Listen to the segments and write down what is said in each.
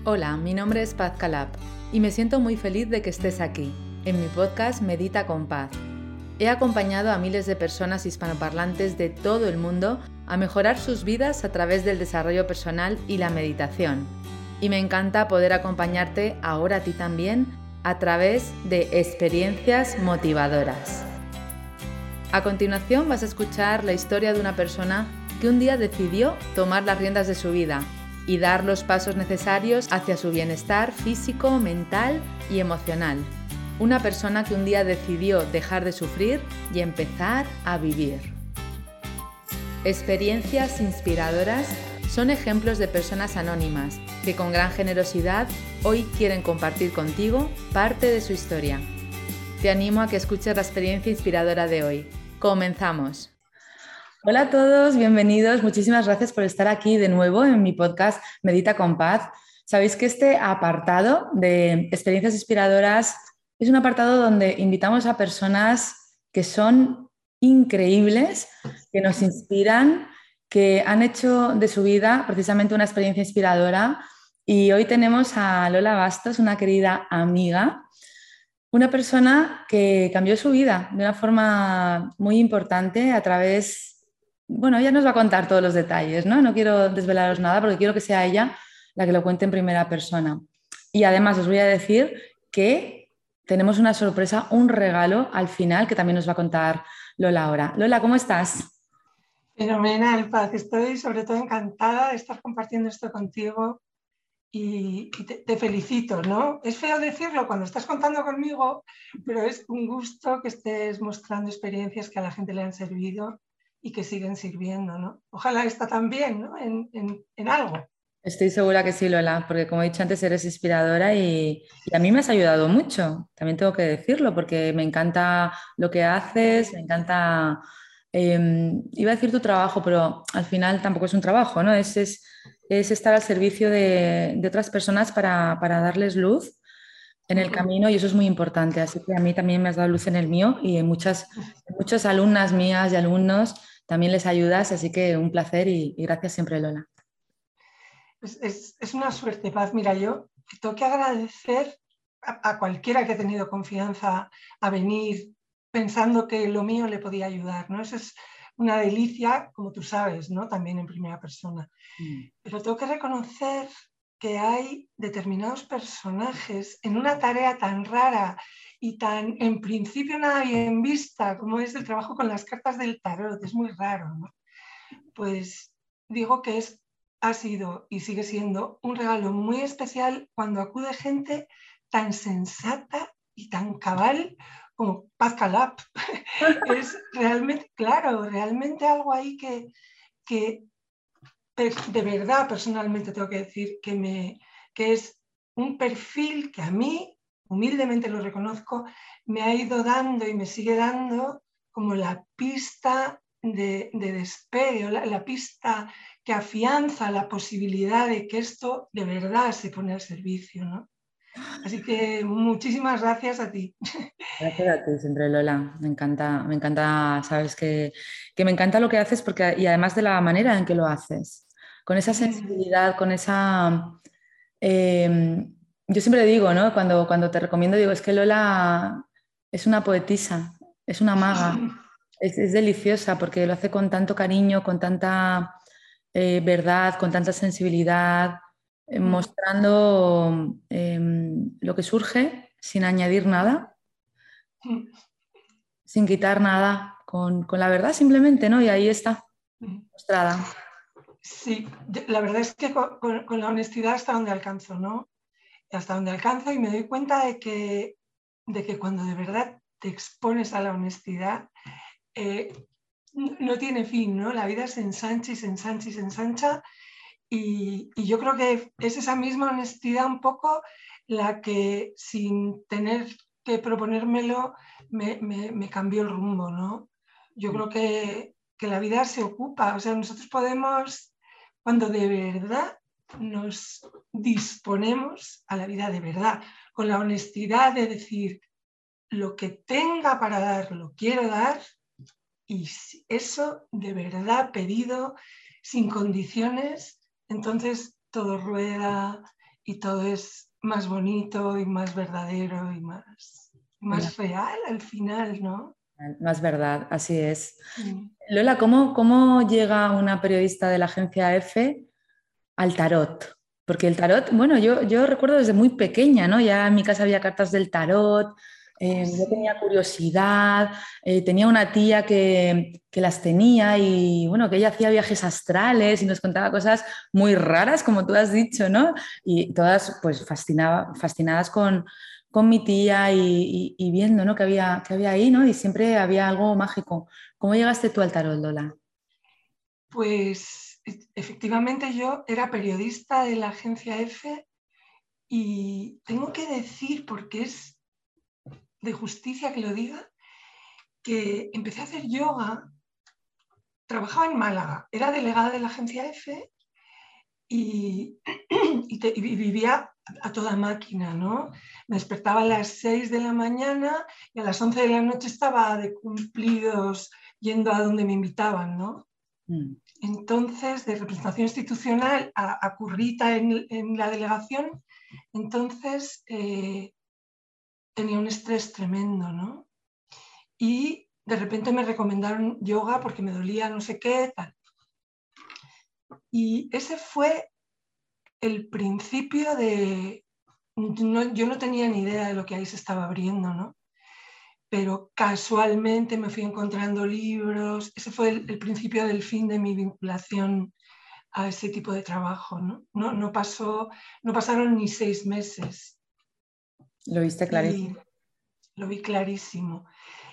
Hola, mi nombre es Paz Calab y me siento muy feliz de que estés aquí, en mi podcast Medita con Paz. He acompañado a miles de personas hispanoparlantes de todo el mundo a mejorar sus vidas a través del desarrollo personal y la meditación. Y me encanta poder acompañarte ahora a ti también a través de experiencias motivadoras. A continuación vas a escuchar la historia de una persona que un día decidió tomar las riendas de su vida y dar los pasos necesarios hacia su bienestar físico, mental y emocional. Una persona que un día decidió dejar de sufrir y empezar a vivir. Experiencias inspiradoras son ejemplos de personas anónimas que con gran generosidad hoy quieren compartir contigo parte de su historia. Te animo a que escuches la experiencia inspiradora de hoy. ¡Comenzamos! Hola a todos, bienvenidos. Muchísimas gracias por estar aquí de nuevo en mi podcast Medita con Paz. Sabéis que este apartado de experiencias inspiradoras es un apartado donde invitamos a personas que son increíbles, que nos inspiran, que han hecho de su vida precisamente una experiencia inspiradora. Y hoy tenemos a Lola Bastos, una querida amiga, una persona que cambió su vida de una forma muy importante a través. Bueno, ella nos va a contar todos los detalles, ¿no? No quiero desvelaros nada porque quiero que sea ella la que lo cuente en primera persona. Y además os voy a decir que tenemos una sorpresa, un regalo al final que también nos va a contar Lola ahora. Lola, ¿cómo estás? Fenomenal, Paz. Estoy sobre todo encantada de estar compartiendo esto contigo y te felicito, ¿no? Es feo decirlo cuando estás contando conmigo, pero es un gusto que estés mostrando experiencias que a la gente le han servido y que siguen sirviendo, ¿no? Ojalá esta también, ¿no? En algo. Estoy segura que sí, Lola, porque como he dicho antes, eres inspiradora y a mí me has ayudado mucho, también tengo que decirlo, porque me encanta lo que haces, me encanta, iba a decir tu trabajo, pero al final tampoco es un trabajo, ¿no? Es estar al servicio de otras personas para darles luz en el camino y eso es muy importante. Así que a mí también me has dado luz en el mío y en muchas alumnas mías y alumnos también les ayudas, así que un placer y gracias siempre, Lola. Es una suerte, Paz. Mira, yo tengo que agradecer a cualquiera que ha tenido confianza a venir pensando que lo mío le podía ayudar, ¿no? Eso es una delicia, como tú sabes, ¿no? También en primera persona. Pero tengo que reconocer que hay determinados personajes en una tarea tan rara y tan en principio nada bien vista como es el trabajo con las cartas del tarot, es muy raro, ¿no? Pues digo que ha sido y sigue siendo un regalo muy especial cuando acude gente tan sensata y tan cabal como Paz Calab. Es realmente, claro, realmente algo ahí que de verdad personalmente tengo que decir que es un perfil que a mí, humildemente lo reconozco, me ha ido dando y me sigue dando como la pista de despegue, o la pista que afianza la posibilidad de que esto de verdad se pone al servicio, ¿no? Así que muchísimas gracias a ti. Gracias a ti, siempre Lola. Me encanta, sabes que me encanta lo que haces porque, y además de la manera en que lo haces, con esa sensibilidad, con esa... eh, yo siempre digo, ¿no? Cuando te recomiendo, digo, es que Lola es una poetisa, es una maga, es deliciosa porque lo hace con tanto cariño, con tanta verdad, con tanta sensibilidad, mostrando lo que surge sin añadir nada sin quitar nada, con la verdad simplemente, ¿no? Y ahí está, mostrada. Sí, la verdad es que con la honestidad hasta donde alcanzo, ¿no? Hasta donde alcanzo y me doy cuenta de que cuando de verdad te expones a la honestidad, no tiene fin, ¿no? La vida se ensancha y se ensancha y se ensancha y yo creo que es esa misma honestidad un poco la que sin tener que proponérmelo me cambió el rumbo, ¿no? Yo creo que la vida se ocupa, o sea, nosotros podemos, cuando de verdad nos disponemos a la vida de verdad, con la honestidad de decir lo que tenga para dar, lo quiero dar, y eso de verdad pedido, sin condiciones, entonces todo rueda y todo es más bonito y más verdadero y más real al final, ¿no? Más verdad, así es. Mm. Lola, ¿cómo llega una periodista de la agencia EFE al tarot? Porque el tarot, bueno, yo recuerdo desde muy pequeña, ¿no? Ya en mi casa había cartas del tarot, yo tenía Sí. curiosidad, tenía una tía que las tenía y, bueno, que ella hacía viajes astrales y nos contaba cosas muy raras, como tú has dicho, ¿no? Y todas, pues, fascinadas con mi tía y viendo, ¿no? que había ahí, ¿no? Y siempre había algo mágico. ¿Cómo llegaste tú al tarot, Lola? Pues efectivamente yo era periodista de la agencia EFE y tengo que decir, porque es de justicia que lo diga, que empecé a hacer yoga, trabajaba en Málaga, era delegada de la agencia EFE y, y vivía a toda máquina, ¿no? Me despertaba a las 6 de la mañana y a las 11 de la noche estaba de cumplidos yendo a donde me invitaban, ¿no? Mm. Entonces, de representación institucional a currita en la delegación, entonces tenía un estrés tremendo, ¿no? Y de repente me recomendaron yoga porque me dolía no sé qué, tal. Y ese fue el principio de... yo no tenía ni idea de lo que ahí se estaba abriendo, ¿no? Pero casualmente me fui encontrando libros. Ese fue el principio del fin de mi vinculación a ese tipo de trabajo, ¿no? No pasaron ni 6 meses Lo viste y clarísimo. lo vi clarísimo.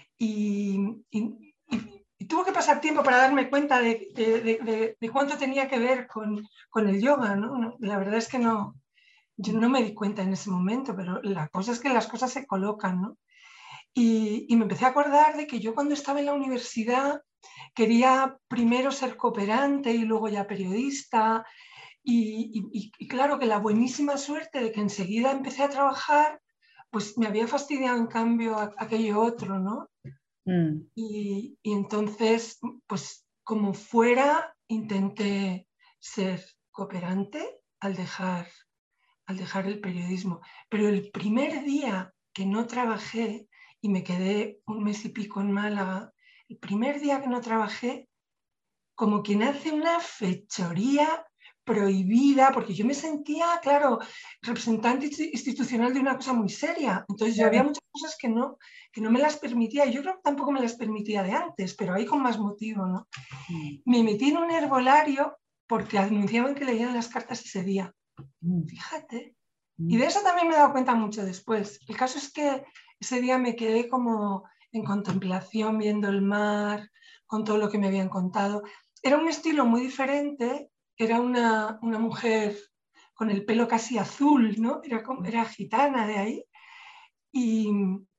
Y tuvo que pasar tiempo para darme cuenta de cuánto tenía que ver con el yoga, ¿no? La verdad es que yo no me di cuenta en ese momento, pero la cosa es que las cosas se colocan, ¿no? Y me empecé a acordar de que yo cuando estaba en la universidad quería primero ser cooperante y luego ya periodista. Y claro que la buenísima suerte de que enseguida empecé a trabajar, pues me había fastidiado en cambio aquello otro, ¿no? Mm. Y entonces, pues como fuera, intenté ser cooperante al dejar el periodismo. Pero el primer día que no trabajé y me quedé un mes y pico en Málaga, el primer día que no trabajé, como quien hace una fechoría prohibida, porque yo me sentía, claro, representante institucional de una cosa muy seria. Entonces yo había muchas cosas que no me las permitía. Yo creo que tampoco me las permitía de antes, pero ahí con más motivo, ¿no? Mm. Me metí en un herbolario porque anunciaban que leían las cartas ese día. Mm. Fíjate. Y Mm. de eso también me he dado cuenta mucho después. El caso es que ese día me quedé como en contemplación, viendo el mar, con todo lo que me habían contado. Era un estilo muy diferente, era una mujer con el pelo casi azul, ¿no? Era gitana de ahí y,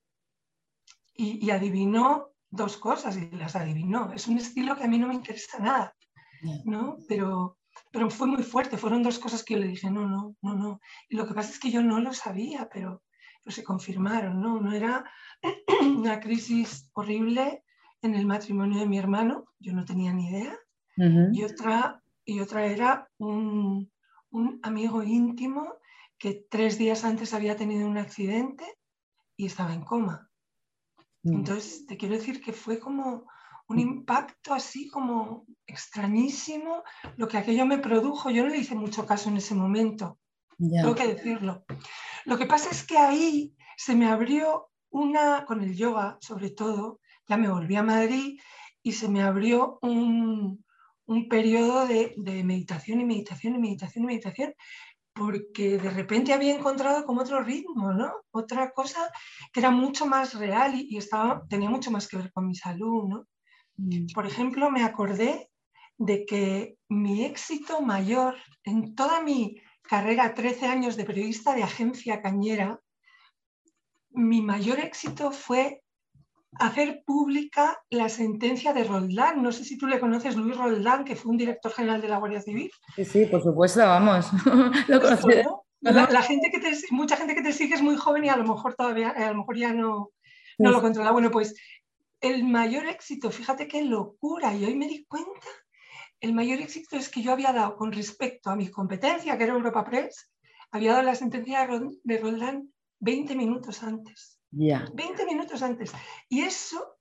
y adivinó dos cosas y las adivinó. Es un estilo que a mí no me interesa nada, Yeah. ¿no? Pero fue muy fuerte, fueron dos cosas que yo le dije, no, no, no, no. Y lo que pasa es que yo no lo sabía, pero se confirmaron, ¿no? Uno era una crisis horrible en el matrimonio de mi hermano, yo no tenía ni idea, Ujú. y otra era un amigo íntimo que 3 días antes había tenido un accidente y estaba en coma. Mm. Entonces, te quiero decir que fue como un impacto así como extrañísimo lo que aquello me produjo. Yo no le hice mucho caso en ese momento, tengo Ya. que decirlo. Lo que pasa es que ahí se me abrió con el yoga sobre todo, ya me volví a Madrid y se me abrió un periodo de meditación y meditación y meditación y meditación, porque de repente había encontrado como otro ritmo, ¿no? Otra cosa que era mucho más real y tenía mucho más que ver con mi salud, ¿no? Mm. Por ejemplo, me acordé de que mi éxito mayor en toda mi carrera, 13 años de periodista de agencia cañera, mi mayor éxito fue hacer pública la sentencia de Roldán. No sé si tú le conoces, Luis Roldán, que fue un director general de la Guardia Civil. Sí, sí, por supuesto, vamos. Lo Esto, considero. ¿no? La gente mucha gente que te sigue es muy joven y a lo mejor todavía, a lo mejor ya no Sí, lo sí. controla. Bueno, pues el mayor éxito, fíjate qué locura, y hoy me di cuenta, el mayor éxito es que yo había dado con respecto a mi competencia, que era Europa Press, había dado la sentencia de Roldán 20 minutos antes. Ya. 20 minutos antes. Y eso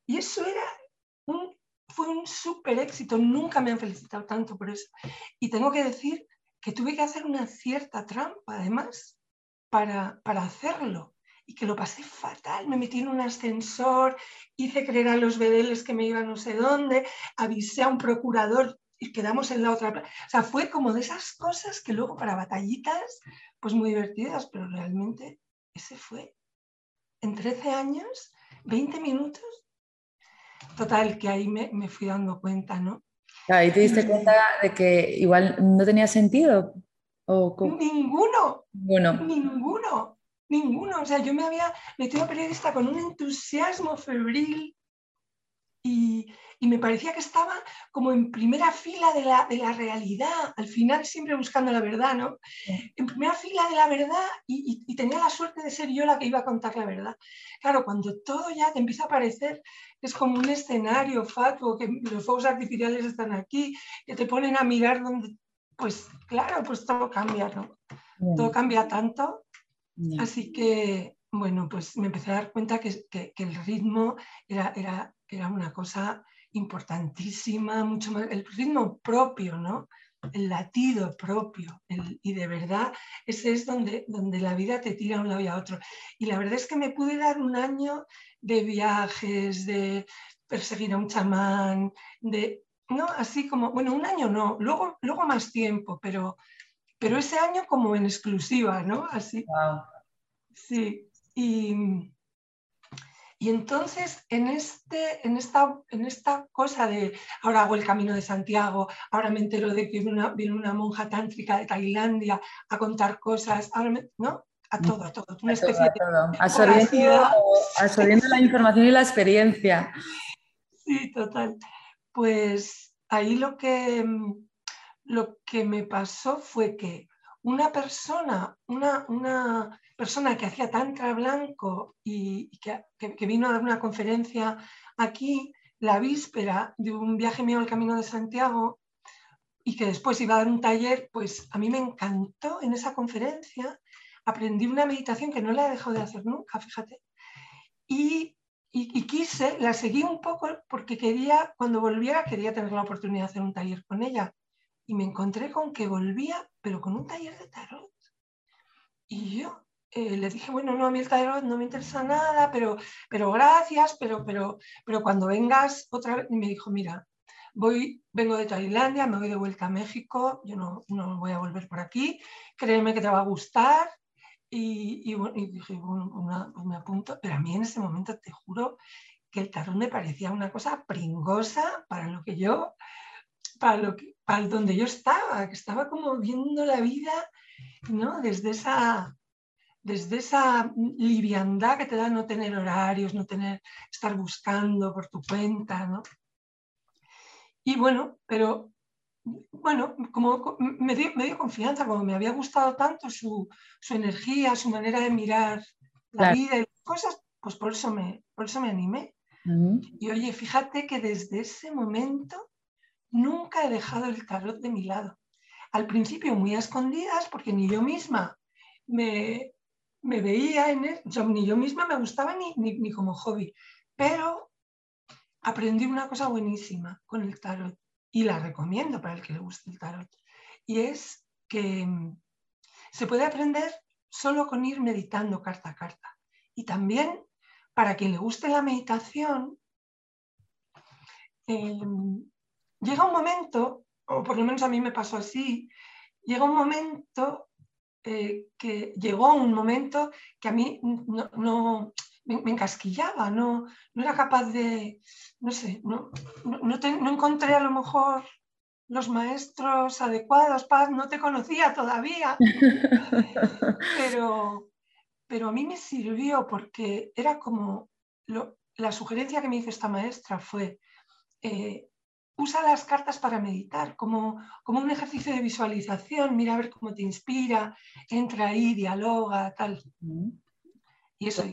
fue un súper éxito. Nunca me han felicitado tanto por eso. Y tengo que decir que tuve que hacer una cierta trampa, además, para hacerlo. Y que lo pasé fatal. Me metí en un ascensor, hice creer a los bedeles que me iba no sé dónde, avisé a un procurador y quedamos en la otra. O sea, fue como de esas cosas que luego para batallitas, pues muy divertidas, pero realmente ese fue. En 13 años, 20 minutos. Total, que ahí me fui dando cuenta, ¿no? Ahí te diste cuenta de que igual no tenía sentido. Ninguno, Bueno, ninguno, ninguno. O sea, yo me había metido a periodista con un entusiasmo febril y me parecía que estaba como en primera fila de la realidad, al final siempre buscando la verdad, ¿no? En primera fila de la verdad y tenía la suerte de ser yo la que iba a contar la verdad. Claro, cuando todo ya te empieza a parecer que es como un escenario fatuo, que los fuegos artificiales están aquí, que te ponen a mirar donde... Pues claro, pues todo cambia, ¿no? Todo cambia tanto. Así que, bueno, pues me empecé a dar cuenta que el ritmo era una cosa importantísima, mucho más, el ritmo propio, ¿no? El latido propio. Y de verdad, ese es donde la vida te tira a un lado y a otro. Y la verdad es que me pude dar un año de viajes, de perseguir a un chamán, no, así como, bueno, un año no, luego más tiempo, pero ese año como en exclusiva, ¿no? Así. wow. Sí, y entonces en esta cosa de ahora hago el Camino de Santiago, ahora me entero de que viene una monja tántrica de Tailandia a contar cosas, ¿no? A todo, una especie de voracidad. Absorbiendo la información y la experiencia. Sí, total. Pues ahí lo que me pasó fue que una persona que hacía tantra blanco y que vino a dar una conferencia aquí la víspera de un viaje mío al Camino de Santiago y que después iba a dar un taller, pues a mí me encantó en esa conferencia. Aprendí una meditación que no la he dejado de hacer nunca, fíjate. Y quise, la seguí un poco porque cuando volviera, quería tener la oportunidad de hacer un taller con ella. Y me encontré con que volvía, pero con un taller de tarot. Y yo le dije, bueno, no, a mí el tarot no me interesa nada, pero gracias, pero cuando vengas otra vez, y me dijo, mira, vengo de Tailandia, me voy de vuelta a México, yo no voy a volver por aquí, créeme que te va a gustar. Y dije, bueno, pues me apunto, pero a mí en ese momento te juro que el tarot me parecía una cosa pringosa para lo que yo, para donde yo estaba, que estaba como viendo la vida, ¿no? Desde esa liviandad que te da no tener horarios, estar buscando por tu cuenta, ¿no? Y bueno, pero bueno, como me dio confianza, como me había gustado tanto su energía, su manera de mirar la vida y las cosas, pues por eso me animé. Y oye, fíjate que desde ese momento nunca he dejado el tarot de mi lado. Al principio muy a escondidas, porque ni yo misma me veía en él, ni yo misma me gustaba ni como hobby, pero aprendí una cosa buenísima con el tarot y la recomiendo para el que le guste el tarot, y es que se puede aprender solo con ir meditando carta a carta. Y también, para quien le guste la meditación, llega un momento, o por lo menos a mí me pasó así, llegó un momento que a mí me encasquillaba, no era capaz de, no sé, no encontré a lo mejor los maestros adecuados, no te conocía todavía, pero a mí me sirvió porque era como, la sugerencia que me hizo esta maestra fue, usa las cartas para meditar, como un ejercicio de visualización, mira a ver cómo te inspira, entra ahí, dialoga, tal. Y eso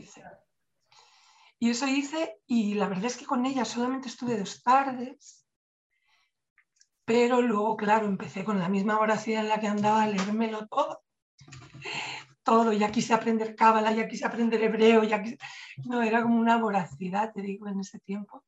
hice, y la verdad es que con ella solamente estuve 2 tardes, pero luego, claro, empecé con la misma voracidad en la que andaba a leérmelo todo. todo, ya quise aprender cábala, ya quise aprender hebreo, no, era como una voracidad, te digo, en ese tiempo.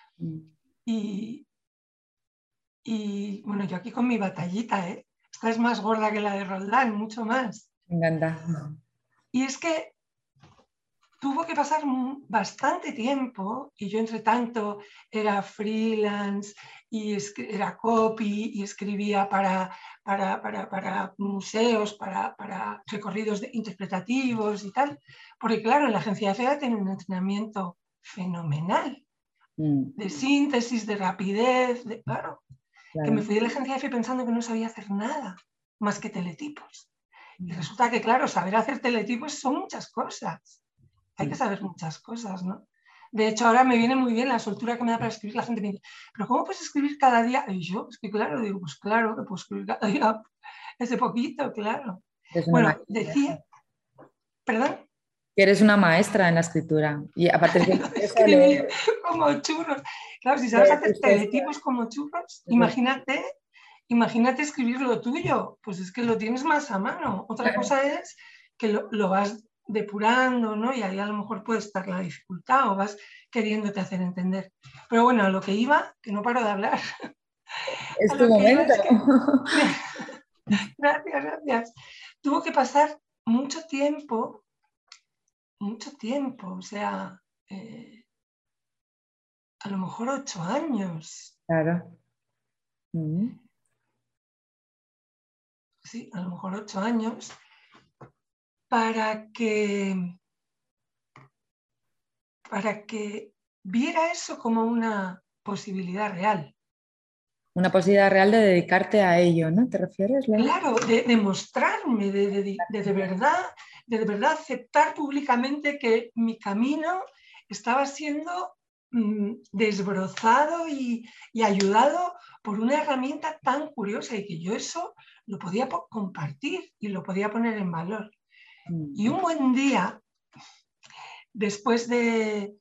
Y bueno, yo aquí con mi batallita, ¿eh? Esta es más gorda que la de Roldán, mucho más. Me encanta. Y es que tuvo que pasar bastante tiempo y yo entre tanto era freelance y era copy y escribía para museos, para recorridos interpretativos y tal, porque claro, en la agencia de FEA tiene un entrenamiento fenomenal de síntesis, de rapidez, claro, que me fui de la agencia de FEA pensando que no sabía hacer nada más que teletipos. Y resulta que, claro, saber hacer teletipos son muchas cosas. Hay que saber muchas cosas, ¿no? De hecho, ahora me viene muy bien la soltura que me da para escribir. La gente me dice, ¿pero cómo puedes escribir cada día? Y yo, es que claro, digo, pues claro, que puedo escribir cada día ese poquito, claro. Bueno, decía, ¿perdón? Que eres una maestra en la escritura. Y aparte es de escribir como churros. Claro, si sabes hacer teletipos como churros, imagínate escribir lo tuyo. Pues es que lo tienes más a mano. Otra cosa es que lo vas depurando, ¿no? Y ahí a lo mejor puede estar la dificultad o vas queriéndote hacer entender. Pero bueno, a lo que iba, que no paro de hablar. Es tu momento. Gracias. Tuvo que pasar mucho tiempo, o sea, a lo mejor 8 años. Claro. Sí, a lo mejor 8 años, para que viera eso como una posibilidad real. Una posibilidad real de dedicarte a ello, ¿no? ¿Te refieres, Lola? Claro, de mostrarme, de verdad aceptar públicamente que mi camino estaba siendo desbrozado y ayudado por una herramienta tan curiosa y que yo eso lo podía compartir y lo podía poner en valor. Y un buen día, después de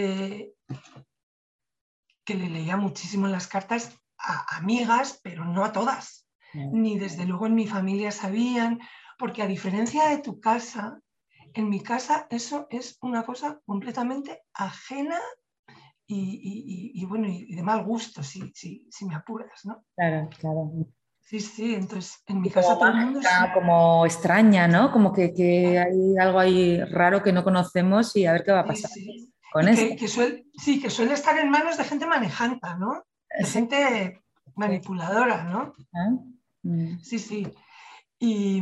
que le leía muchísimo las cartas a amigas, pero no a todas, ni desde luego en mi familia sabían, porque a diferencia de tu casa, en mi casa eso es una cosa completamente ajena y bueno, y de mal gusto, si me apuras, ¿no? Claro, claro. Sí, entonces en mi Y casa como todo el mundo... mágica, como extraña, ¿no? Como que hay algo ahí raro que no conocemos y a ver qué va a pasar con Y esto. que suele estar en manos de gente manejanta, ¿no? De Sí. gente manipuladora, ¿no? Sí. Y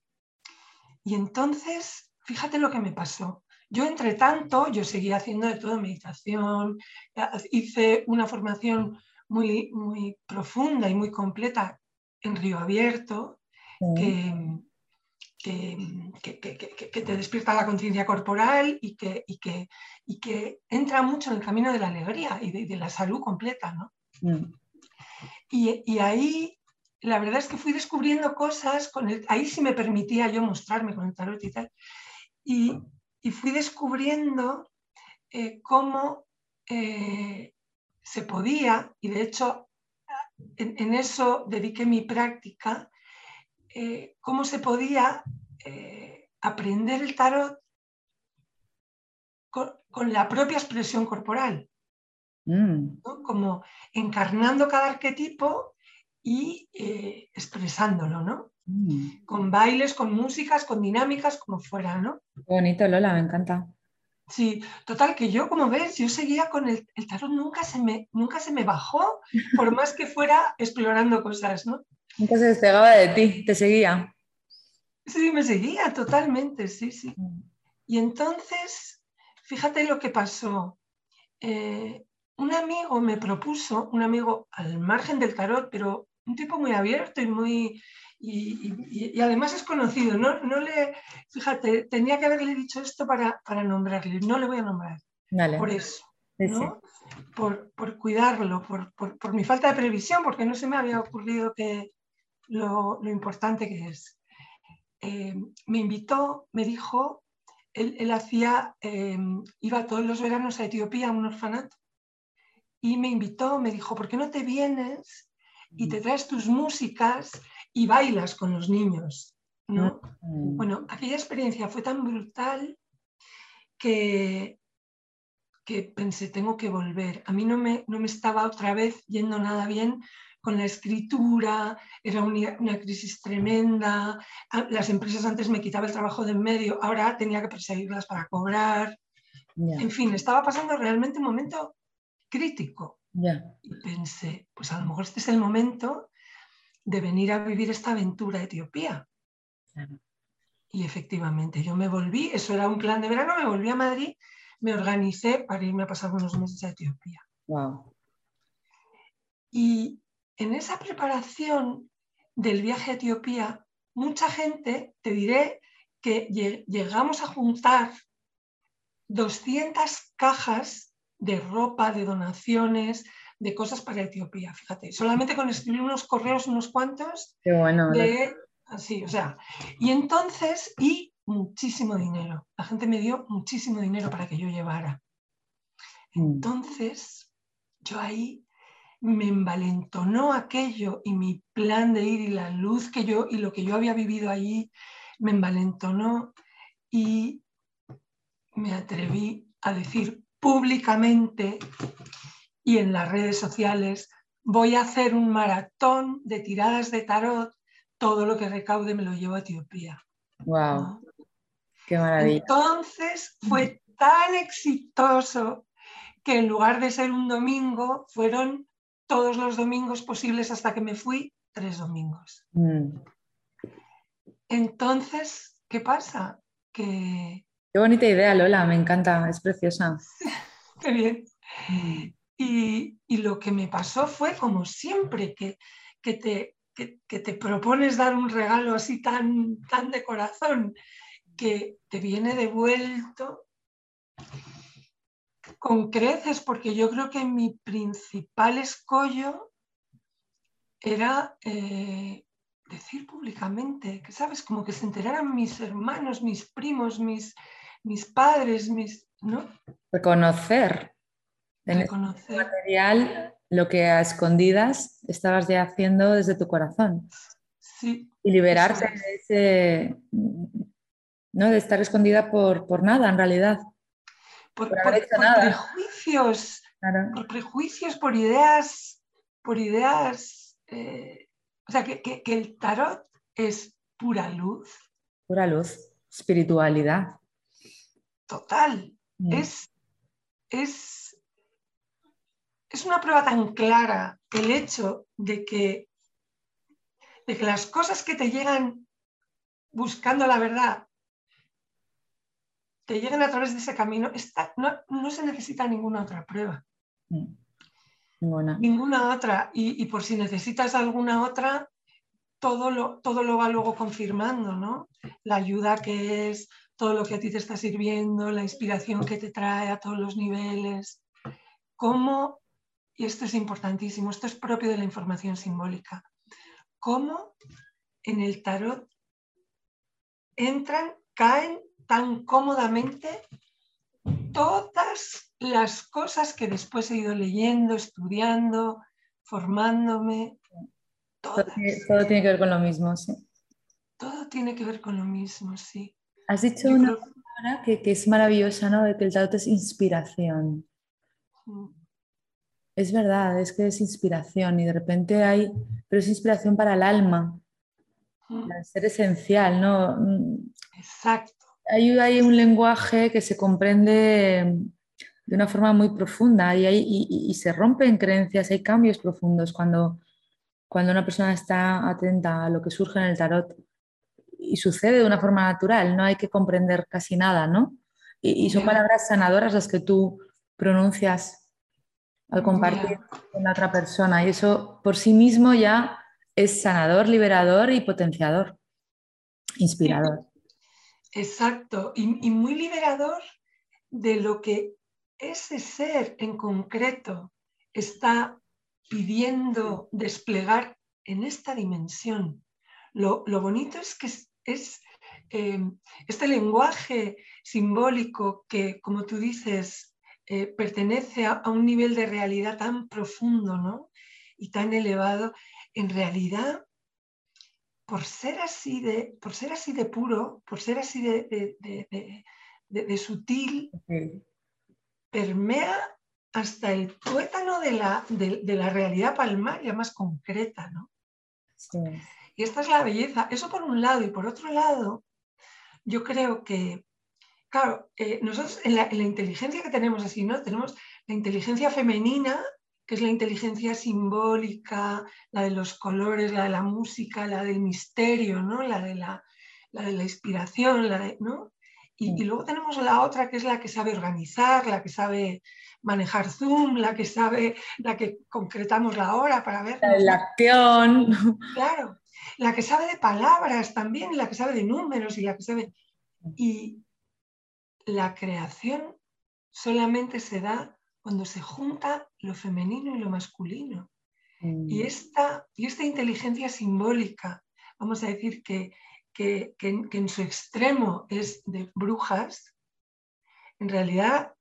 entonces, fíjate lo que me pasó. Yo, entre tanto, yo seguía haciendo de todo, meditación, hice una formación muy, muy profunda y muy completa en Río Abierto, que te despierta la conciencia corporal y que entra mucho en el camino de la alegría y de la salud completa, ¿no? Y ahí, la verdad es que fui descubriendo cosas, ahí sí me permitía yo mostrarme con el tarot y tal, y fui descubriendo cómo se podía, y de hecho en eso dediqué mi práctica, cómo se podía aprender el tarot con la propia expresión corporal, ¿no? Como encarnando cada arquetipo y expresándolo, ¿no? Con bailes, con músicas, con dinámicas, como fuera, ¿no? Qué bonito, Lola, me encanta. Sí, total, que yo, como ves, yo seguía con el tarot, nunca se me bajó, por más que fuera explorando cosas, ¿no? Nunca se despegaba de ti, te seguía. Sí, me seguía totalmente, sí. Y entonces, fíjate lo que pasó. Un amigo me propuso, un amigo al margen del tarot, pero un tipo muy abierto y muy... Y además es conocido, fíjate, tenía que haberle dicho esto para nombrarle, no le voy a nombrar, Dale. por eso, Sí. ¿no? Por cuidarlo, por mi falta de previsión, porque no se me había ocurrido lo importante que es. Me invitó, me dijo, él iba todos los veranos a Etiopía a un orfanato, y me invitó, me dijo, ¿por qué no te vienes y te traes tus músicas y bailas con los niños? ¿no? Bueno, aquella experiencia fue tan brutal que pensé, tengo que volver. A mí no me estaba otra vez yendo nada bien con la escritura, era una crisis tremenda, las empresas antes me quitaban el trabajo de en medio, ahora tenía que perseguirlas para cobrar. En fin, estaba pasando realmente un momento crítico. Y pensé, pues a lo mejor este es el momento de venir a vivir esta aventura a Etiopía. Y efectivamente, yo me volví, eso era un plan de verano, me volví a Madrid, me organicé para irme a pasar unos meses a Etiopía. Wow. Y en esa preparación del viaje a Etiopía, mucha gente, te diré que llegamos a juntar 200 cajas de ropa, de donaciones, de cosas para Etiopía, fíjate, solamente con escribir unos correos, unos cuantos, Qué bueno. así, o sea, y entonces, y muchísimo dinero, la gente me dio muchísimo dinero para que yo llevara. Entonces, yo ahí me envalentonó aquello y mi plan de ir y la luz que yo, y lo que yo había vivido allí, me envalentonó y me atreví a decir públicamente y en las redes sociales, voy a hacer un maratón de tiradas de tarot, todo lo que recaude me lo llevo a Etiopía. Wow, ¿no? Qué maravilla. Entonces fue tan exitoso que en lugar de ser un domingo, fueron todos los domingos posibles hasta que me fui, 3 domingos. Entonces, ¿qué pasa? Qué bonita idea, Lola, me encanta, es preciosa. Qué bien. Y lo que me pasó fue, como siempre, que te propones dar un regalo así tan de corazón, que te viene devuelto con creces, porque yo creo que mi principal escollo era decir públicamente, que sabes, como que se enteraran mis hermanos, mis primos, mis padres, ¿no? Reconocer en este Reconocer. material lo que a escondidas estabas ya haciendo desde tu corazón. Sí. Y liberarte de ese, ¿no? De estar escondida por nada, en realidad. Por haber hecho nada. Prejuicios, claro. Por prejuicios, por ideas, o sea, que el tarot es pura luz. Pura luz, espiritualidad. Total. Es una prueba tan clara el hecho de que las cosas que te llegan buscando la verdad te llegan a través de ese camino, no se necesita ninguna otra prueba. Ninguna otra. Y por si necesitas alguna otra, todo lo va luego confirmando, ¿no? La ayuda que es, todo lo que a ti te está sirviendo, la inspiración que te trae a todos los niveles. Cómo, y esto es importantísimo, esto es propio de la información simbólica, cómo en el tarot caen tan cómodamente todas las cosas que después he ido leyendo, estudiando, formándome. Todas. Todo tiene que ver con lo mismo, sí. Todo tiene que ver con lo mismo, sí. Has dicho una palabra que es maravillosa, ¿no? De que el tarot es inspiración. Es verdad, es que es inspiración y de repente pero es inspiración para el alma, para ser esencial, ¿no? Exacto. Hay un lenguaje que se comprende de una forma muy profunda y se rompen creencias, hay cambios profundos cuando una persona está atenta a lo que surge en el tarot y sucede de una forma natural, no hay que comprender casi nada, ¿no? Y son palabras sanadoras las que tú pronuncias al compartir con la otra persona y eso por sí mismo ya es sanador, liberador y potenciador, inspirador. Exacto, y muy liberador de lo que ese ser en concreto está pidiendo desplegar en esta dimensión. Lo bonito es que es este lenguaje simbólico que, como tú dices, pertenece a un nivel de realidad tan profundo, ¿no? Y tan elevado, en realidad por ser así de puro, por ser así de sutil, permea hasta el tuétano de la realidad palmaria más concreta, ¿no? Sí. Y esta es la belleza. Eso por un lado. Y por otro lado, yo creo que, claro, nosotros en la inteligencia que tenemos así, ¿no? Tenemos la inteligencia femenina, que es la inteligencia simbólica, la de los colores, la de la música, la del misterio, ¿no? La de la inspiración, ¿no? Y luego tenemos la otra, que es la que sabe organizar, la que sabe manejar Zoom, la que concretamos la hora para vernos, La ¿no? acción. Claro, la que sabe de palabras también, y la que sabe de números, y la que sabe... Y la creación solamente se da cuando se junta lo femenino y lo masculino. Y esta inteligencia simbólica, vamos a decir que en su extremo es de brujas, en realidad,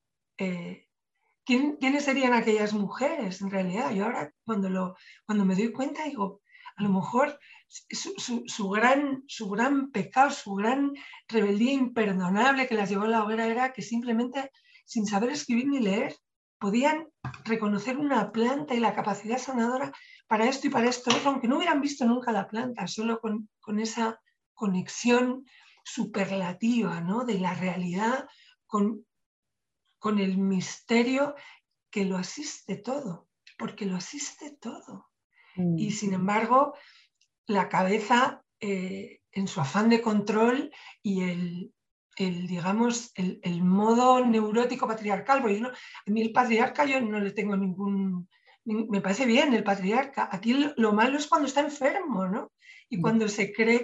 ¿quiénes serían aquellas mujeres? En realidad, yo ahora cuando me doy cuenta digo, a lo mejor su gran pecado, su gran rebeldía imperdonable que las llevó a la hoguera era que simplemente, sin saber escribir ni leer, podían reconocer una planta y la capacidad sanadora para esto y para esto otro, aunque no hubieran visto nunca la planta, solo con esa conexión superlativa, ¿no? De la realidad con el misterio que lo asiste todo, porque lo asiste todo. Y sin embargo, la cabeza, en su afán de control y digamos, el modo neurótico patriarcal, porque a mí el patriarca yo no le tengo me parece bien el patriarca. Aquí lo malo es cuando está enfermo, ¿no? Y cuando se cree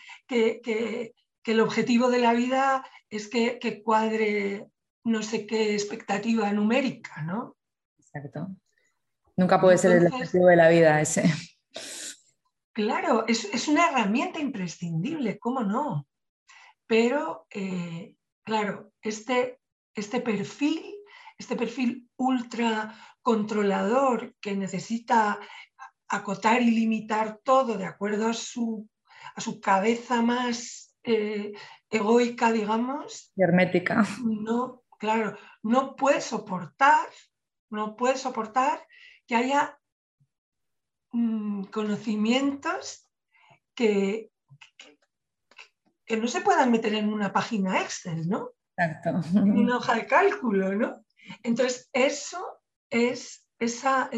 que el objetivo de la vida es que cuadre no sé qué expectativa numérica, ¿no? Exacto. Nunca puede ser el Entonces, objetivo de la vida ese. claro, es una herramienta imprescindible, ¿cómo no? Pero, claro, este perfil ultra controlador que necesita acotar y limitar todo de acuerdo a su cabeza más egoica, digamos, Hermética. no, claro, no puede soportar que haya conocimientos que no se puedan meter en una página Excel, ¿no? Exacto. En una hoja de cálculo, ¿no? Entonces, eso es esa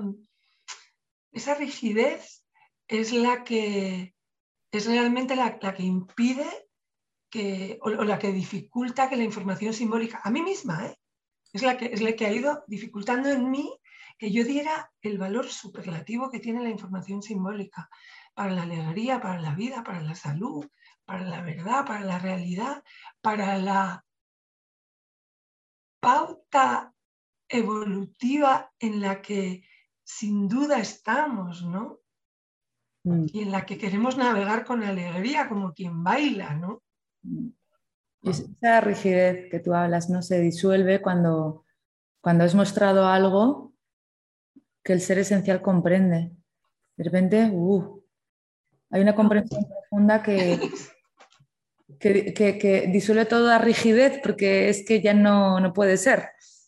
rigidez es la que es realmente la que impide o la que dificulta que la información simbólica, a mí misma, es la que ha ido dificultando en mí que yo diera el valor superlativo que tiene la información simbólica para la alegría, para la vida, para la salud, para la verdad, para la realidad, para la pauta evolutiva en la que sin duda estamos, ¿no? Y en la que queremos navegar con alegría, como quien baila, ¿no? Y esa rigidez que tú hablas no se disuelve cuando es mostrado algo que el ser esencial comprende. De repente, hay una comprensión profunda que disuelve toda rigidez porque es que ya no puede ser.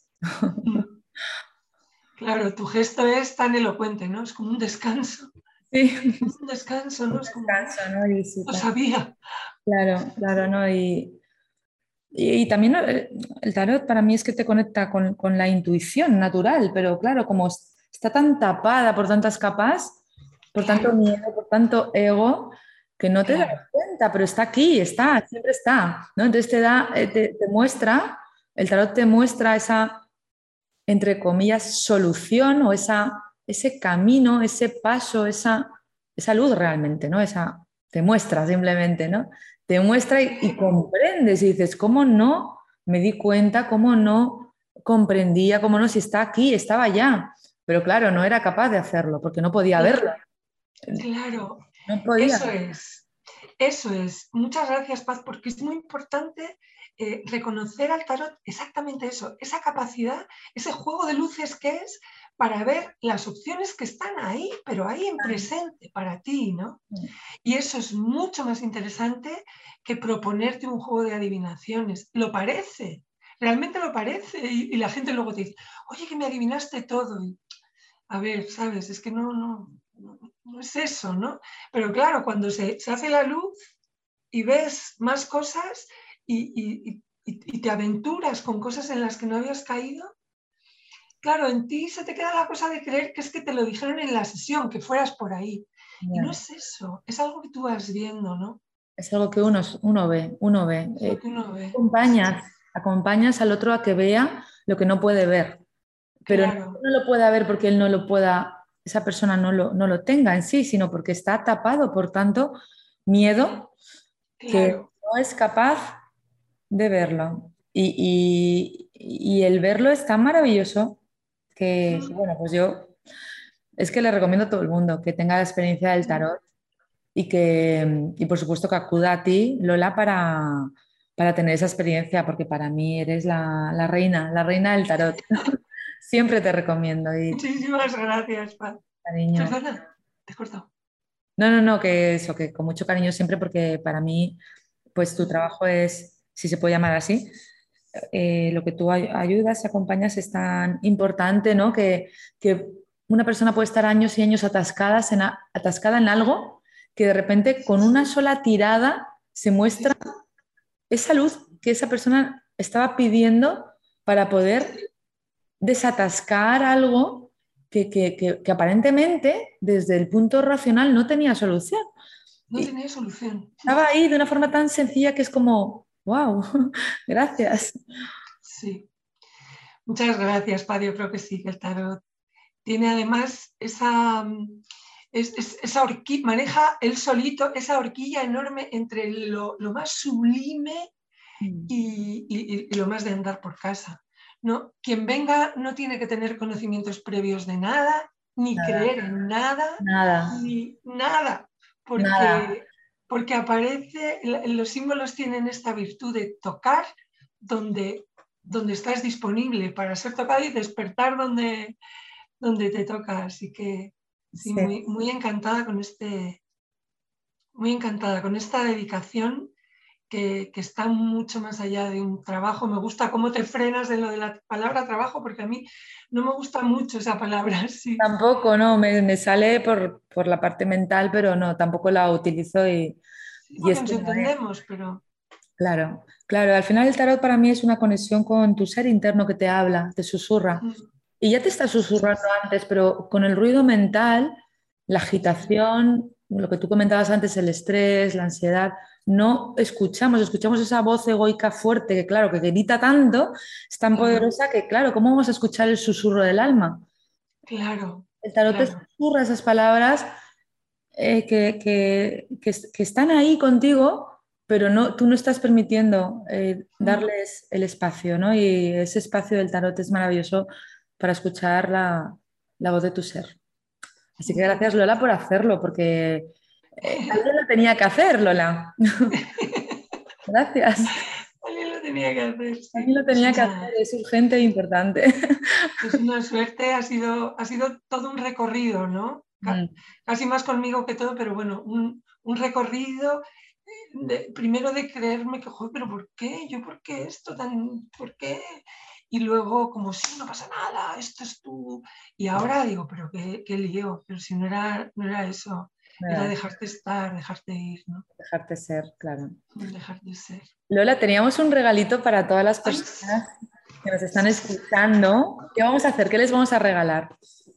Claro, tu gesto es tan elocuente, ¿no? Es como un descanso. Sí. Es un descanso, ¿no? Es como, Descanso, ¿no? lo sabía. Claro, claro, ¿no? Y también el tarot para mí es que te conecta con la intuición natural, pero claro, como está tan tapada por tantas capas, por tanto Claro, miedo, por tanto ego, que no te das claro. cuenta, pero está aquí, está, siempre está, ¿no? Entonces te muestra, el tarot te muestra esa, entre comillas, solución o ese camino, ese paso, esa luz realmente, ¿no? Te muestra simplemente, ¿no? Te muestra y comprendes y dices, ¿cómo no me di cuenta? ¿Cómo no comprendía? ¿Cómo no? Si está aquí, estaba ya. Pero claro, no era capaz de hacerlo porque no podía verlo. Claro, claro. No Eso podía. es. Eso es. Muchas gracias, Paz, porque es muy importante reconocer al tarot exactamente eso, esa capacidad, ese juego de luces que es para ver las opciones que están ahí, pero ahí en presente para ti, ¿no? Y eso es mucho más interesante que proponerte un juego de adivinaciones. Lo parece, realmente lo parece. Y la gente luego te dice, oye, que me adivinaste todo. Y, a ver, ¿sabes? Es que no es eso, ¿no? Pero claro, cuando se hace la luz y ves más cosas y te aventuras con cosas en las que no habías caído, claro, en ti se te queda la cosa de creer que es que te lo dijeron en la sesión, que fueras por ahí. Y no es eso, es algo que tú vas viendo, ¿no? Es algo que uno ve, uno ve. Es lo que uno ve. Acompañas al otro a que vea lo que no puede ver. Pero Claro, no lo pueda ver porque él no lo pueda, esa persona no lo tenga en sí, sino porque está tapado por tanto miedo que claro. no es capaz de verlo. Y el verlo es tan maravilloso que, bueno, pues yo es que le recomiendo a todo el mundo que tenga la experiencia del tarot y por supuesto que acuda a ti, Lola, para tener esa experiencia, porque para mí eres la reina del tarot. Siempre te recomiendo y Muchísimas gracias, Paz. cariño. Perdona, te he cortado. No, que eso, que con mucho cariño siempre, porque para mí, pues tu trabajo es, si se puede llamar así, lo que tú ayudas, acompañas es tan importante, ¿no? Que una persona puede estar años y años atascada en algo que de repente con una sola tirada se muestra esa luz que esa persona estaba pidiendo para poder desatascar algo que aparentemente desde el punto racional no tenía solución. No Y tenía solución. estaba ahí de una forma tan sencilla que es como, wow, gracias. Sí. Muchas gracias, Paz. Yo creo que sí, que el tarot tiene además esa, esa horquilla, maneja él solito esa horquilla enorme entre lo más sublime y lo más de andar por casa. ¿No? Quien venga no tiene que tener conocimientos previos de nada, ni Nada, creer en nada, nada, ni nada, nada, porque aparece, los símbolos tienen esta virtud de tocar donde estás disponible para ser tocado y despertar donde te toca. Así que sí, sí. muy encantada con muy encantada con esta dedicación que está mucho más allá de un trabajo. Me gusta cómo te frenas de lo de la palabra trabajo, porque a mí no me gusta mucho esa palabra. Sí, Tampoco, no, me sale por la parte mental, pero no, tampoco la utilizo sí, y porque es nos que no es. entendemos, pero Claro, claro, al final el tarot para mí es una conexión con tu ser interno que te habla, te susurra. Y ya te está susurrando antes, pero con el ruido mental, la agitación, lo que tú comentabas antes, el estrés, la ansiedad, no escuchamos esa voz egoica fuerte que, claro, que grita tanto, es tan poderosa que, claro, ¿cómo vamos a escuchar el susurro del alma? claro, El tarot te claro. susurra esas palabras que están ahí contigo, pero no, tú no estás permitiendo darles el espacio, ¿no? Y ese espacio del tarot es maravilloso para escuchar la voz de tu ser. Así que gracias, Lola, por hacerlo, porque alguien lo tenía que hacer, Lola. Gracias. Alguien lo tenía que hacer, Alguien sí. lo tenía que hacer, es urgente e importante. Es una suerte, ha sido todo un recorrido, ¿no? Mm, Casi más conmigo que todo, pero bueno, un recorrido primero de creerme que, joder, pero ¿por qué? ¿Yo por qué esto tan, por qué? Y luego, como si no pasa nada, esto es tú. Y ahora digo, pero qué lío, pero si no era eso, era nada, dejarte estar, dejarte ir, ¿no? dejarte ser, claro. Dejarte ser. Lola, teníamos un regalito para todas las Ay, personas que nos están escuchando. ¿Qué vamos a hacer? ¿Qué les vamos a regalar?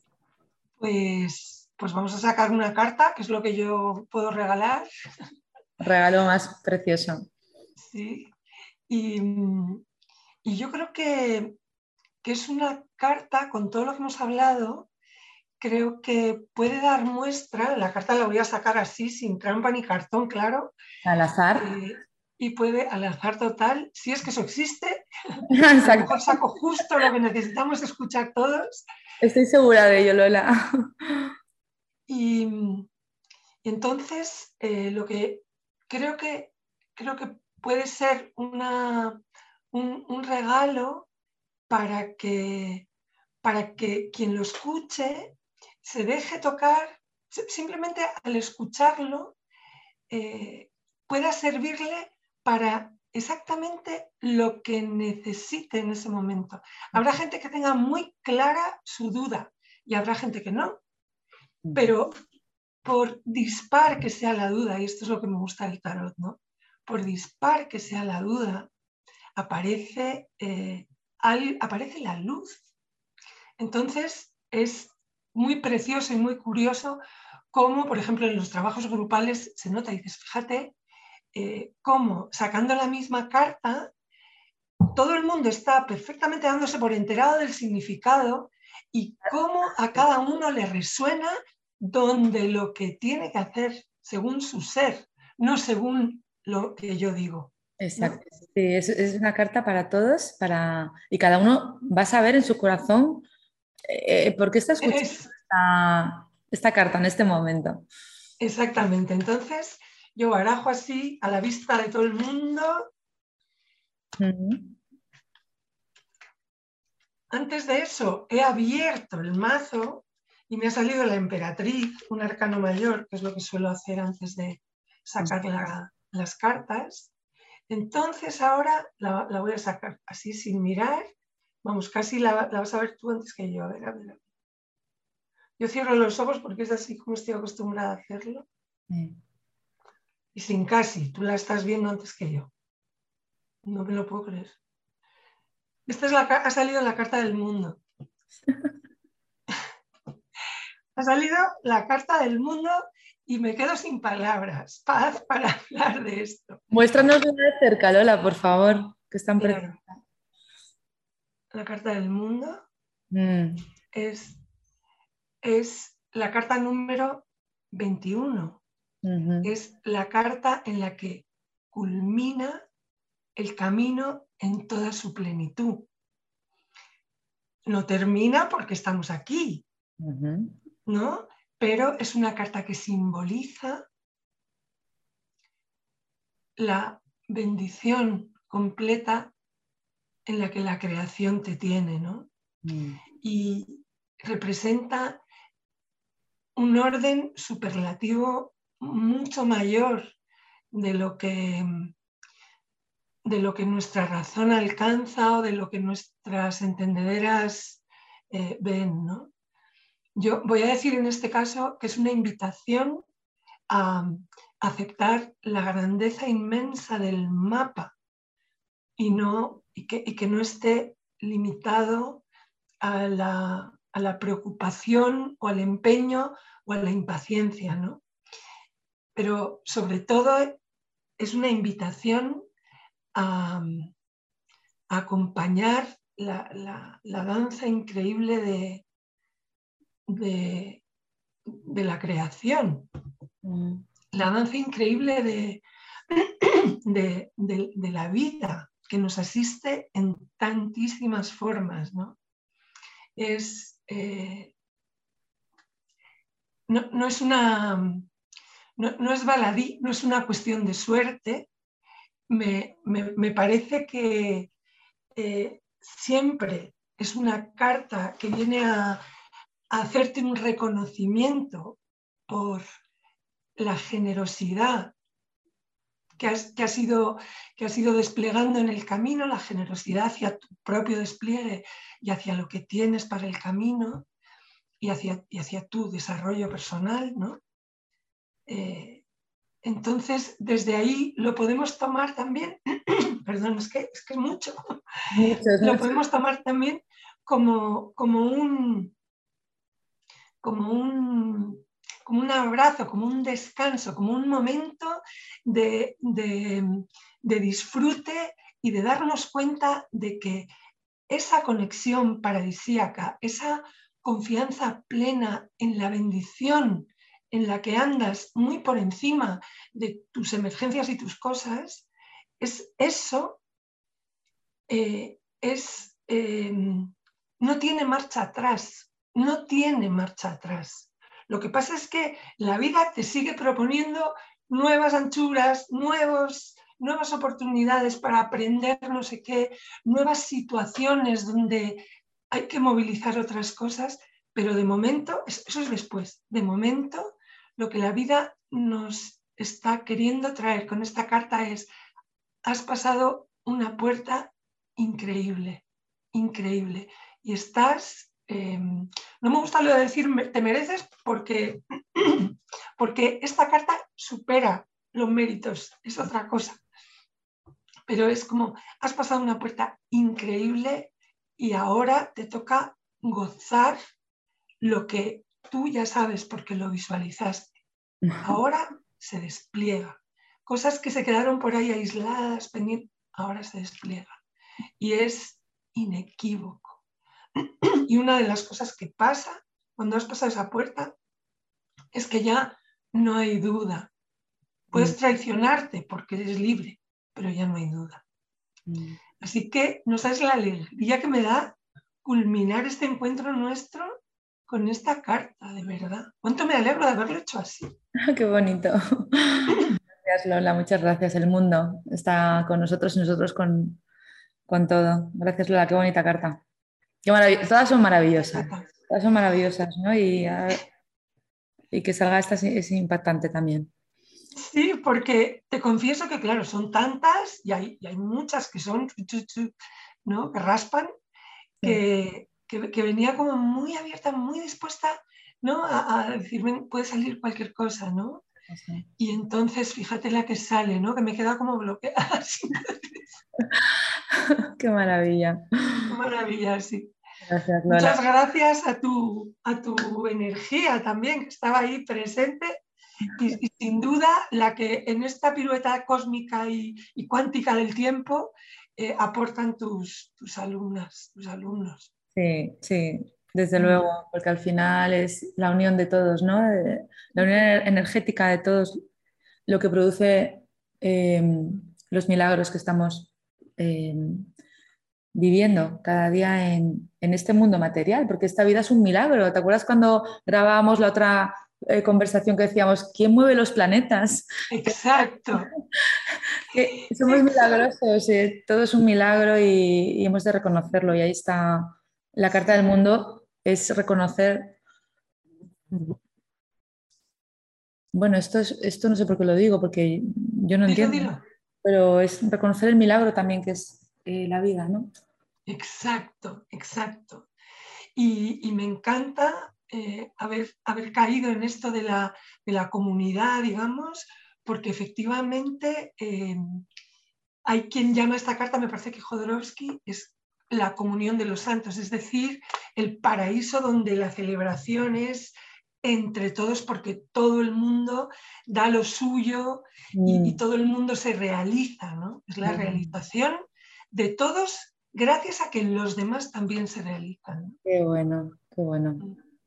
pues vamos a sacar una carta, que es lo que yo puedo regalar, Regalo más precioso. ¿sí? Y, y yo creo que es una carta, con todo lo que hemos hablado, creo que puede dar muestra, la carta la voy a sacar así, sin trampa ni cartón, claro, Al azar. y puede, al azar total, si es que eso existe, a lo Exacto. mejor saco justo lo que necesitamos escuchar todos. Estoy segura de ello, Lola. Y, y entonces, lo que creo que, creo que puede ser un regalo para que para que quien lo escuche se deje tocar, simplemente al escucharlo pueda servirle para exactamente lo que necesite en ese momento. Habrá gente que tenga muy clara su duda y habrá gente que no, pero por dispar que sea la duda, y esto es lo que me gusta del tarot, ¿no? Por dispar que sea la duda, aparece la luz. Entonces es muy precioso y muy curioso cómo, por ejemplo, en los trabajos grupales se nota, y dices, fíjate, cómo sacando la misma carta, todo el mundo está perfectamente dándose por enterado del significado y cómo a cada uno le resuena donde lo que tiene que hacer según su ser, no según lo que yo digo, ¿no? Exacto. Sí, es una carta para todos y cada uno va a saber en su corazón por qué está escuchando esta carta en este momento. Exactamente. Entonces, yo barajo así a la vista de todo el mundo. Antes de eso, he abierto el mazo y me ha salido la emperatriz, un arcano mayor, que es lo que suelo hacer antes de sacar las cartas. Entonces ahora la voy a sacar así sin mirar. Vamos, casi la vas a ver tú antes que yo. A ver, a ver, a ver. Yo cierro los ojos porque es así como estoy acostumbrada a hacerlo. Y sin casi, tú la estás viendo antes que yo. No me lo puedo creer. Esta ha salido la carta del mundo. Ha salido la carta del mundo y me quedo sin palabras. Paz para hablar de esto. Muéstranosla de cerca, Lola, por favor, que están Claro. La carta del mundo es la carta número 21. Es la carta en la que culmina el camino en toda su plenitud. No termina porque estamos aquí, ¿no? Pero es una carta que simboliza la bendición completa en la que la creación te tiene, ¿no? Y representa un orden superlativo mucho mayor de lo que nuestra razón alcanza o de lo que nuestras entendederas ven, ¿no? Yo voy a decir en este caso que es una invitación a aceptar la grandeza inmensa del mapa y que no esté limitado a la preocupación o al empeño o a la impaciencia, ¿no? Pero sobre todo es una invitación a acompañar la danza increíble de la creación, la danza increíble de la vida que nos asiste en tantísimas formas, ¿no? No es baladí, no es una cuestión de suerte. Me parece que siempre es una carta que viene a hacerte un reconocimiento por la generosidad que has ido desplegando en el camino, la generosidad hacia tu propio despliegue y hacia lo que tienes para el camino y hacia tu desarrollo personal, ¿no? Entonces, desde ahí lo podemos tomar también, perdón, es que es mucho, lo podemos tomar también como un abrazo, como un descanso, como un momento de disfrute y de darnos cuenta de que esa conexión paradisíaca, esa confianza plena en la bendición en la que andas muy por encima de tus emergencias y tus cosas, no tiene marcha atrás, no tiene marcha atrás. Lo que pasa es que la vida te sigue proponiendo nuevas anchuras, nuevas oportunidades para aprender no sé qué, nuevas situaciones donde hay que movilizar otras cosas, pero de momento, eso es después, de momento lo que la vida nos está queriendo traer con esta carta es: has pasado una puerta increíble, increíble, y estás, no me gusta lo de decir te mereces porque, porque esta carta supera los méritos, es otra cosa, pero es como, has pasado una puerta increíble y ahora te toca gozar lo que tú ya sabes porque lo visualizaste. Ahora se despliega. Cosas que se quedaron por ahí aisladas, pendientes, ahora se despliega. Y es inequívoco. Y una de las cosas que pasa cuando has pasado esa puerta es que ya no hay duda. Puedes traicionarte porque eres libre, pero ya no hay duda. Así que no sabes la alegría que me da culminar este encuentro nuestro con esta carta, de verdad. ¿Cuánto me alegro de haberlo hecho así? Qué bonito. Gracias, Lola, muchas gracias. El mundo está con nosotros y nosotros con todo. Gracias, Lola, qué bonita carta. Qué todas son maravillosas. Todas son maravillosas, ¿no? Y que salga esta es impactante también. Sí, porque te confieso que, claro, son tantas y hay muchas que son, ¿no? Que raspan, sí. que venía como muy abierta, muy dispuesta, ¿no? A decirme, puede salir cualquier cosa, ¿no? Sí. Y entonces, fíjate la que sale, ¿no? Que me queda como bloqueada. Qué maravilla. Qué maravilla, sí. Gracias, Lola. Muchas gracias a tu energía también, que estaba ahí presente. Y sin duda la que en esta pirueta cósmica y cuántica del tiempo aportan tus alumnas, tus alumnos. Sí, sí, desde luego, porque al final es la unión de todos, ¿no? La unión energética de todos lo que produce los milagros que estamos viviendo cada día en este mundo material, porque esta vida es un milagro. ¿Te acuerdas cuando grabábamos la otra conversación que decíamos, ¿quién mueve los planetas? Exacto. Que somos milagrosos, todo es un milagro y hemos de reconocerlo. Y ahí está la carta del mundo, es reconocer. Bueno, esto no sé por qué lo digo, porque yo no entiendo. Dilo. Pero es reconocer el milagro también que es la vida, ¿no? Exacto, exacto. Y me encanta haber caído en esto de la comunidad, digamos, porque efectivamente hay quien llama esta carta, me parece que Jodorowsky, es la comunión de los santos, es decir, el paraíso donde la celebración es entre todos porque todo el mundo da lo suyo y todo el mundo se realiza, ¿no? Es la realización de todos gracias a que los demás también se realizan, ¿no? Qué bueno, qué bueno.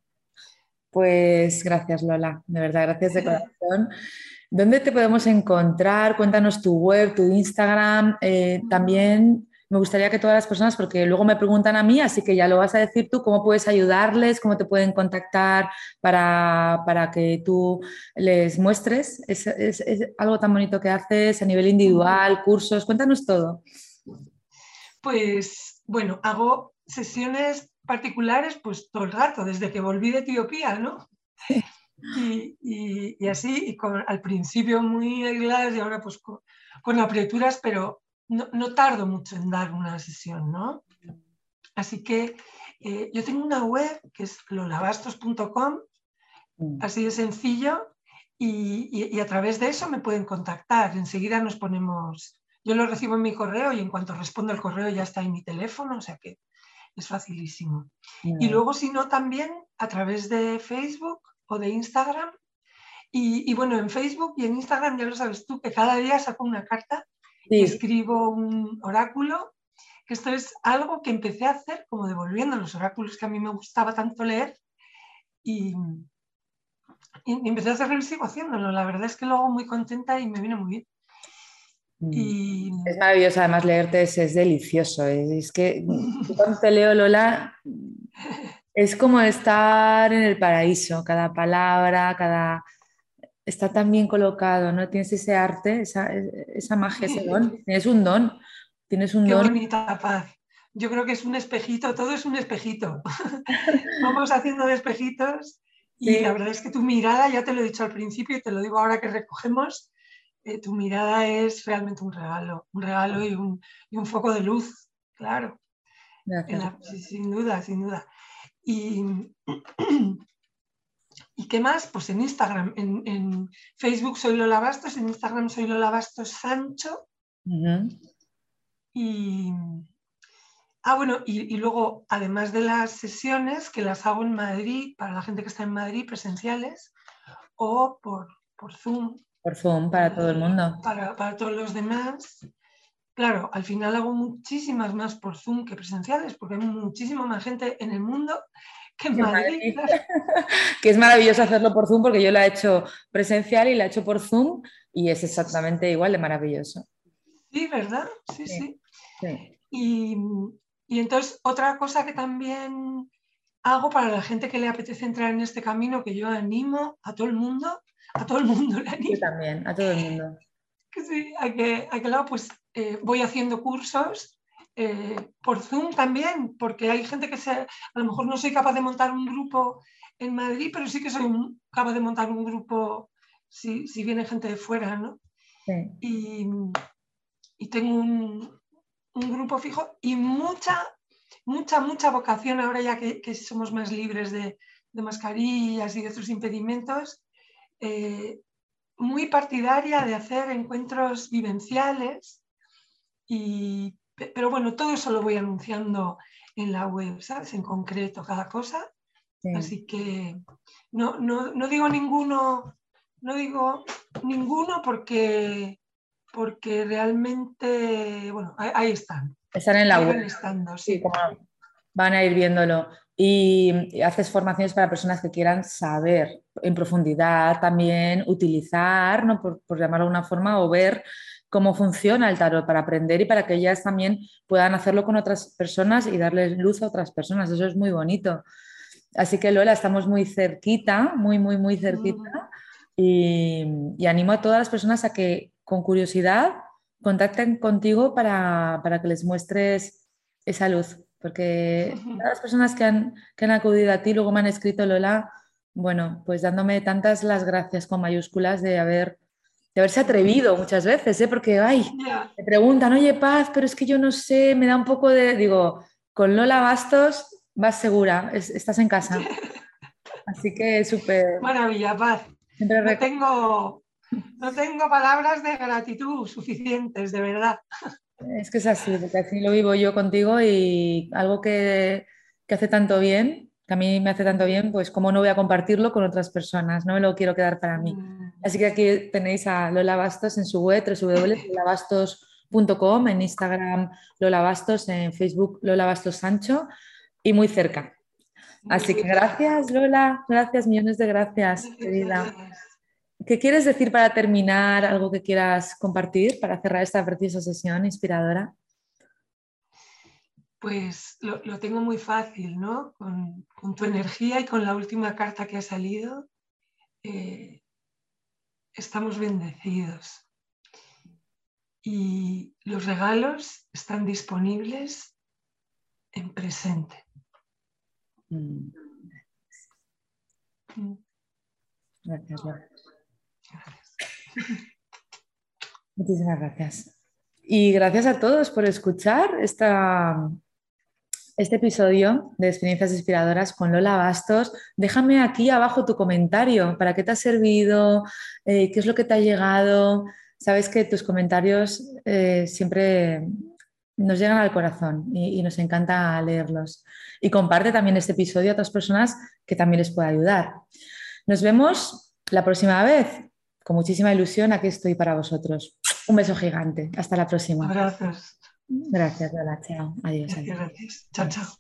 Pues gracias, Lola, de verdad, gracias de corazón. ¿Dónde te podemos encontrar? Cuéntanos tu web, tu Instagram. También me gustaría que todas las personas, porque luego me preguntan a mí, así que ya lo vas a decir tú, cómo puedes ayudarles, cómo te pueden contactar para que tú les muestres. Es algo tan bonito que haces a nivel individual, cursos. Cuéntanos todo. Pues bueno, hago sesiones particulares pues todo el rato, desde que volví de Etiopía, ¿no? Y así, al principio muy aisladas y ahora pues con aperturas, pero no tardo mucho en dar una sesión, ¿no? Así que yo tengo una web que es lolabastos.com, así de sencillo, y a través de eso me pueden contactar. Enseguida nos ponemos, yo lo recibo en mi correo y en cuanto respondo el correo ya está en mi teléfono, o sea que es facilísimo. Y luego, si no, también a través de Facebook o de Instagram. Y bueno, en Facebook y en Instagram ya lo sabes tú, que cada día saco una carta y escribo un oráculo, que esto es algo que empecé a hacer como devolviendo los oráculos que a mí me gustaba tanto leer y empecé a hacerlo y sigo haciéndolo. La verdad es que lo hago muy contenta y me viene muy bien. Es maravilloso, además leerte es delicioso. Es que cuando te leo, Lola, es como estar en el paraíso. Cada palabra, está tan bien colocado, ¿no? Tienes ese arte, esa magia, ese don. Tienes un don. Qué bonita paz. yo creo que es un espejito, todo es un espejito. Vamos haciendo de espejitos y Sí. la verdad es que tu mirada, ya te lo he dicho al principio y te lo digo ahora que recogemos, tu mirada es realmente un regalo y un foco de luz, claro, Gracias. sí, sin duda, sin duda. Y, ¿y qué más? Pues en Instagram, en Facebook soy Lola Bastos, en Instagram soy Lola Bastos Sancho. Uh-huh. Y, bueno, y luego, además de las sesiones, que las hago en Madrid, para la gente que está en Madrid, presenciales, o por Zoom, Por Zoom para todo el mundo. para todos los demás. Claro, al final hago muchísimas más por Zoom que presenciales, porque hay muchísima más gente en el mundo que en Madrid. Claro. Que es maravilloso hacerlo por Zoom, porque yo lo he hecho presencial y lo he hecho por Zoom y es exactamente igual de maravilloso. Sí, ¿verdad? Sí, Sí, sí. sí. Y entonces, otra cosa que también hago para la gente que le apetece entrar en este camino, que yo animo a todo el mundo le animo. Yo también, a todo el mundo. Que sí, a que luego pues voy haciendo cursos por Zoom también, porque hay gente que a lo mejor no soy capaz de montar un grupo en Madrid, pero sí que soy capaz de montar un grupo si viene gente de fuera, ¿no? Sí. Y tengo un grupo fijo y mucha vocación ahora ya que somos más libres de mascarillas y de otros impedimentos, muy partidaria de hacer encuentros vivenciales, pero bueno, todo eso lo voy anunciando en la web, ¿sabes? En concreto cada cosa. Sí. Así que no digo ninguno, porque realmente, bueno, ahí están. Están en la Ahí web. van estando, Sí, sí. como van a ir viéndolo. Y haces formaciones para personas que quieran saber en profundidad, también utilizar, ¿no? por llamarlo de una forma, o ver cómo funciona el tarot para aprender y para que ellas también puedan hacerlo con otras personas y darles luz a otras personas. Eso es muy bonito. Así que Lola, estamos muy cerquita, muy cerquita. Y animo a todas las personas a que con curiosidad contacten contigo para que les muestres esa luz. Porque todas las personas que han acudido a ti luego me han escrito, Lola, bueno, pues dándome tantas las gracias con mayúsculas de haberse atrevido muchas veces, ¿eh? Porque, Yeah. me preguntan, oye, Paz, pero es que yo no sé, me da un poco de... Digo, con Lola Bastos vas segura, estás en casa. Así que súper... Maravilla, Paz. Siempre No tengo palabras de gratitud suficientes, de verdad. Es que es así, porque así lo vivo yo contigo y algo que hace tanto bien, que a mí me hace tanto bien, pues cómo no voy a compartirlo con otras personas, no me lo quiero quedar para mí. Así que aquí tenéis a Lola Bastos en su web, www.lolabastos.com, en Instagram Lola Bastos, en Facebook Lola Bastos Sancho y muy cerca. Así que gracias, Lola, gracias, millones de gracias, querida. ¿Qué quieres decir para terminar? ¿Algo que quieras compartir para cerrar esta preciosa sesión inspiradora? Pues lo tengo muy fácil, ¿no? Con tu energía y con la última carta que ha salido, estamos bendecidos. Y los regalos están disponibles en presente. Gracias, Lola. Muchísimas gracias. Y gracias a todos por escuchar este episodio de Experiencias Inspiradoras con Lola Bastos. Déjame aquí abajo tu comentario. ¿Para qué te ha servido? ¿Qué es lo que te ha llegado? Sabes que tus comentarios siempre nos llegan al corazón y nos encanta leerlos. Y comparte también este episodio a otras personas que también les pueda ayudar. Nos vemos la próxima vez. Con muchísima ilusión, aquí estoy para vosotros. Un beso gigante. Hasta la próxima. Abrazos. Gracias, Lola. Chao. Adiós. Gracias. Chao, chao.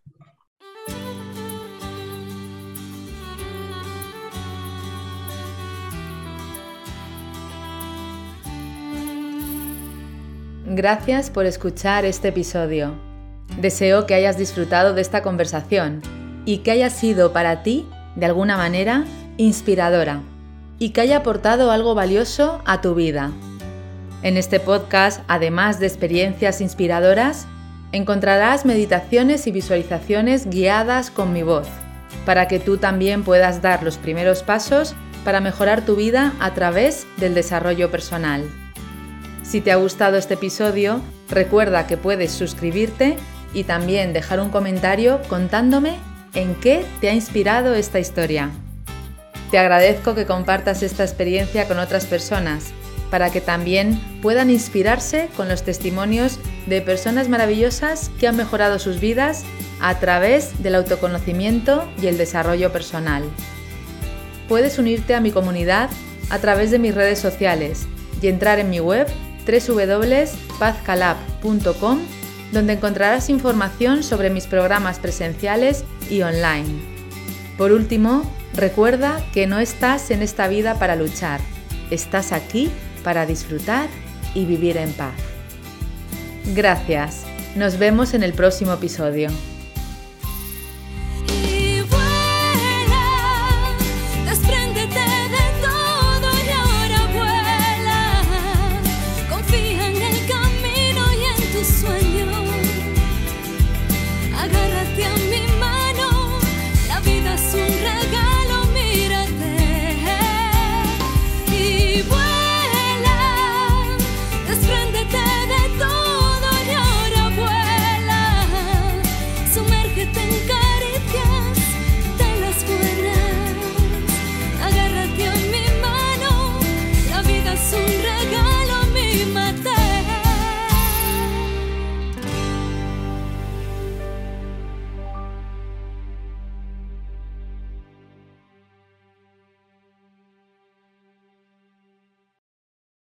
Gracias por escuchar este episodio. Deseo que hayas disfrutado de esta conversación y que haya sido para ti, de alguna manera, inspiradora y que haya aportado algo valioso a tu vida. En este podcast, además de experiencias inspiradoras, Encontrarás meditaciones y visualizaciones guiadas con mi voz, para que tú también puedas dar los primeros pasos para mejorar tu vida a través del desarrollo personal. Si te ha gustado este episodio, recuerda que puedes suscribirte y también dejar un comentario contándome en qué te ha inspirado esta historia. Te agradezco que compartas esta experiencia con otras personas, para que también puedan inspirarse con los testimonios de personas maravillosas que han mejorado sus vidas a través del autoconocimiento y el desarrollo personal. Puedes unirte a mi comunidad a través de mis redes sociales y entrar en mi web www.pazcalab.com, donde encontrarás información sobre mis programas presenciales y online. Por último, recuerda que no estás en esta vida para luchar, estás aquí para disfrutar y vivir en paz. Gracias. Nos vemos en el próximo episodio.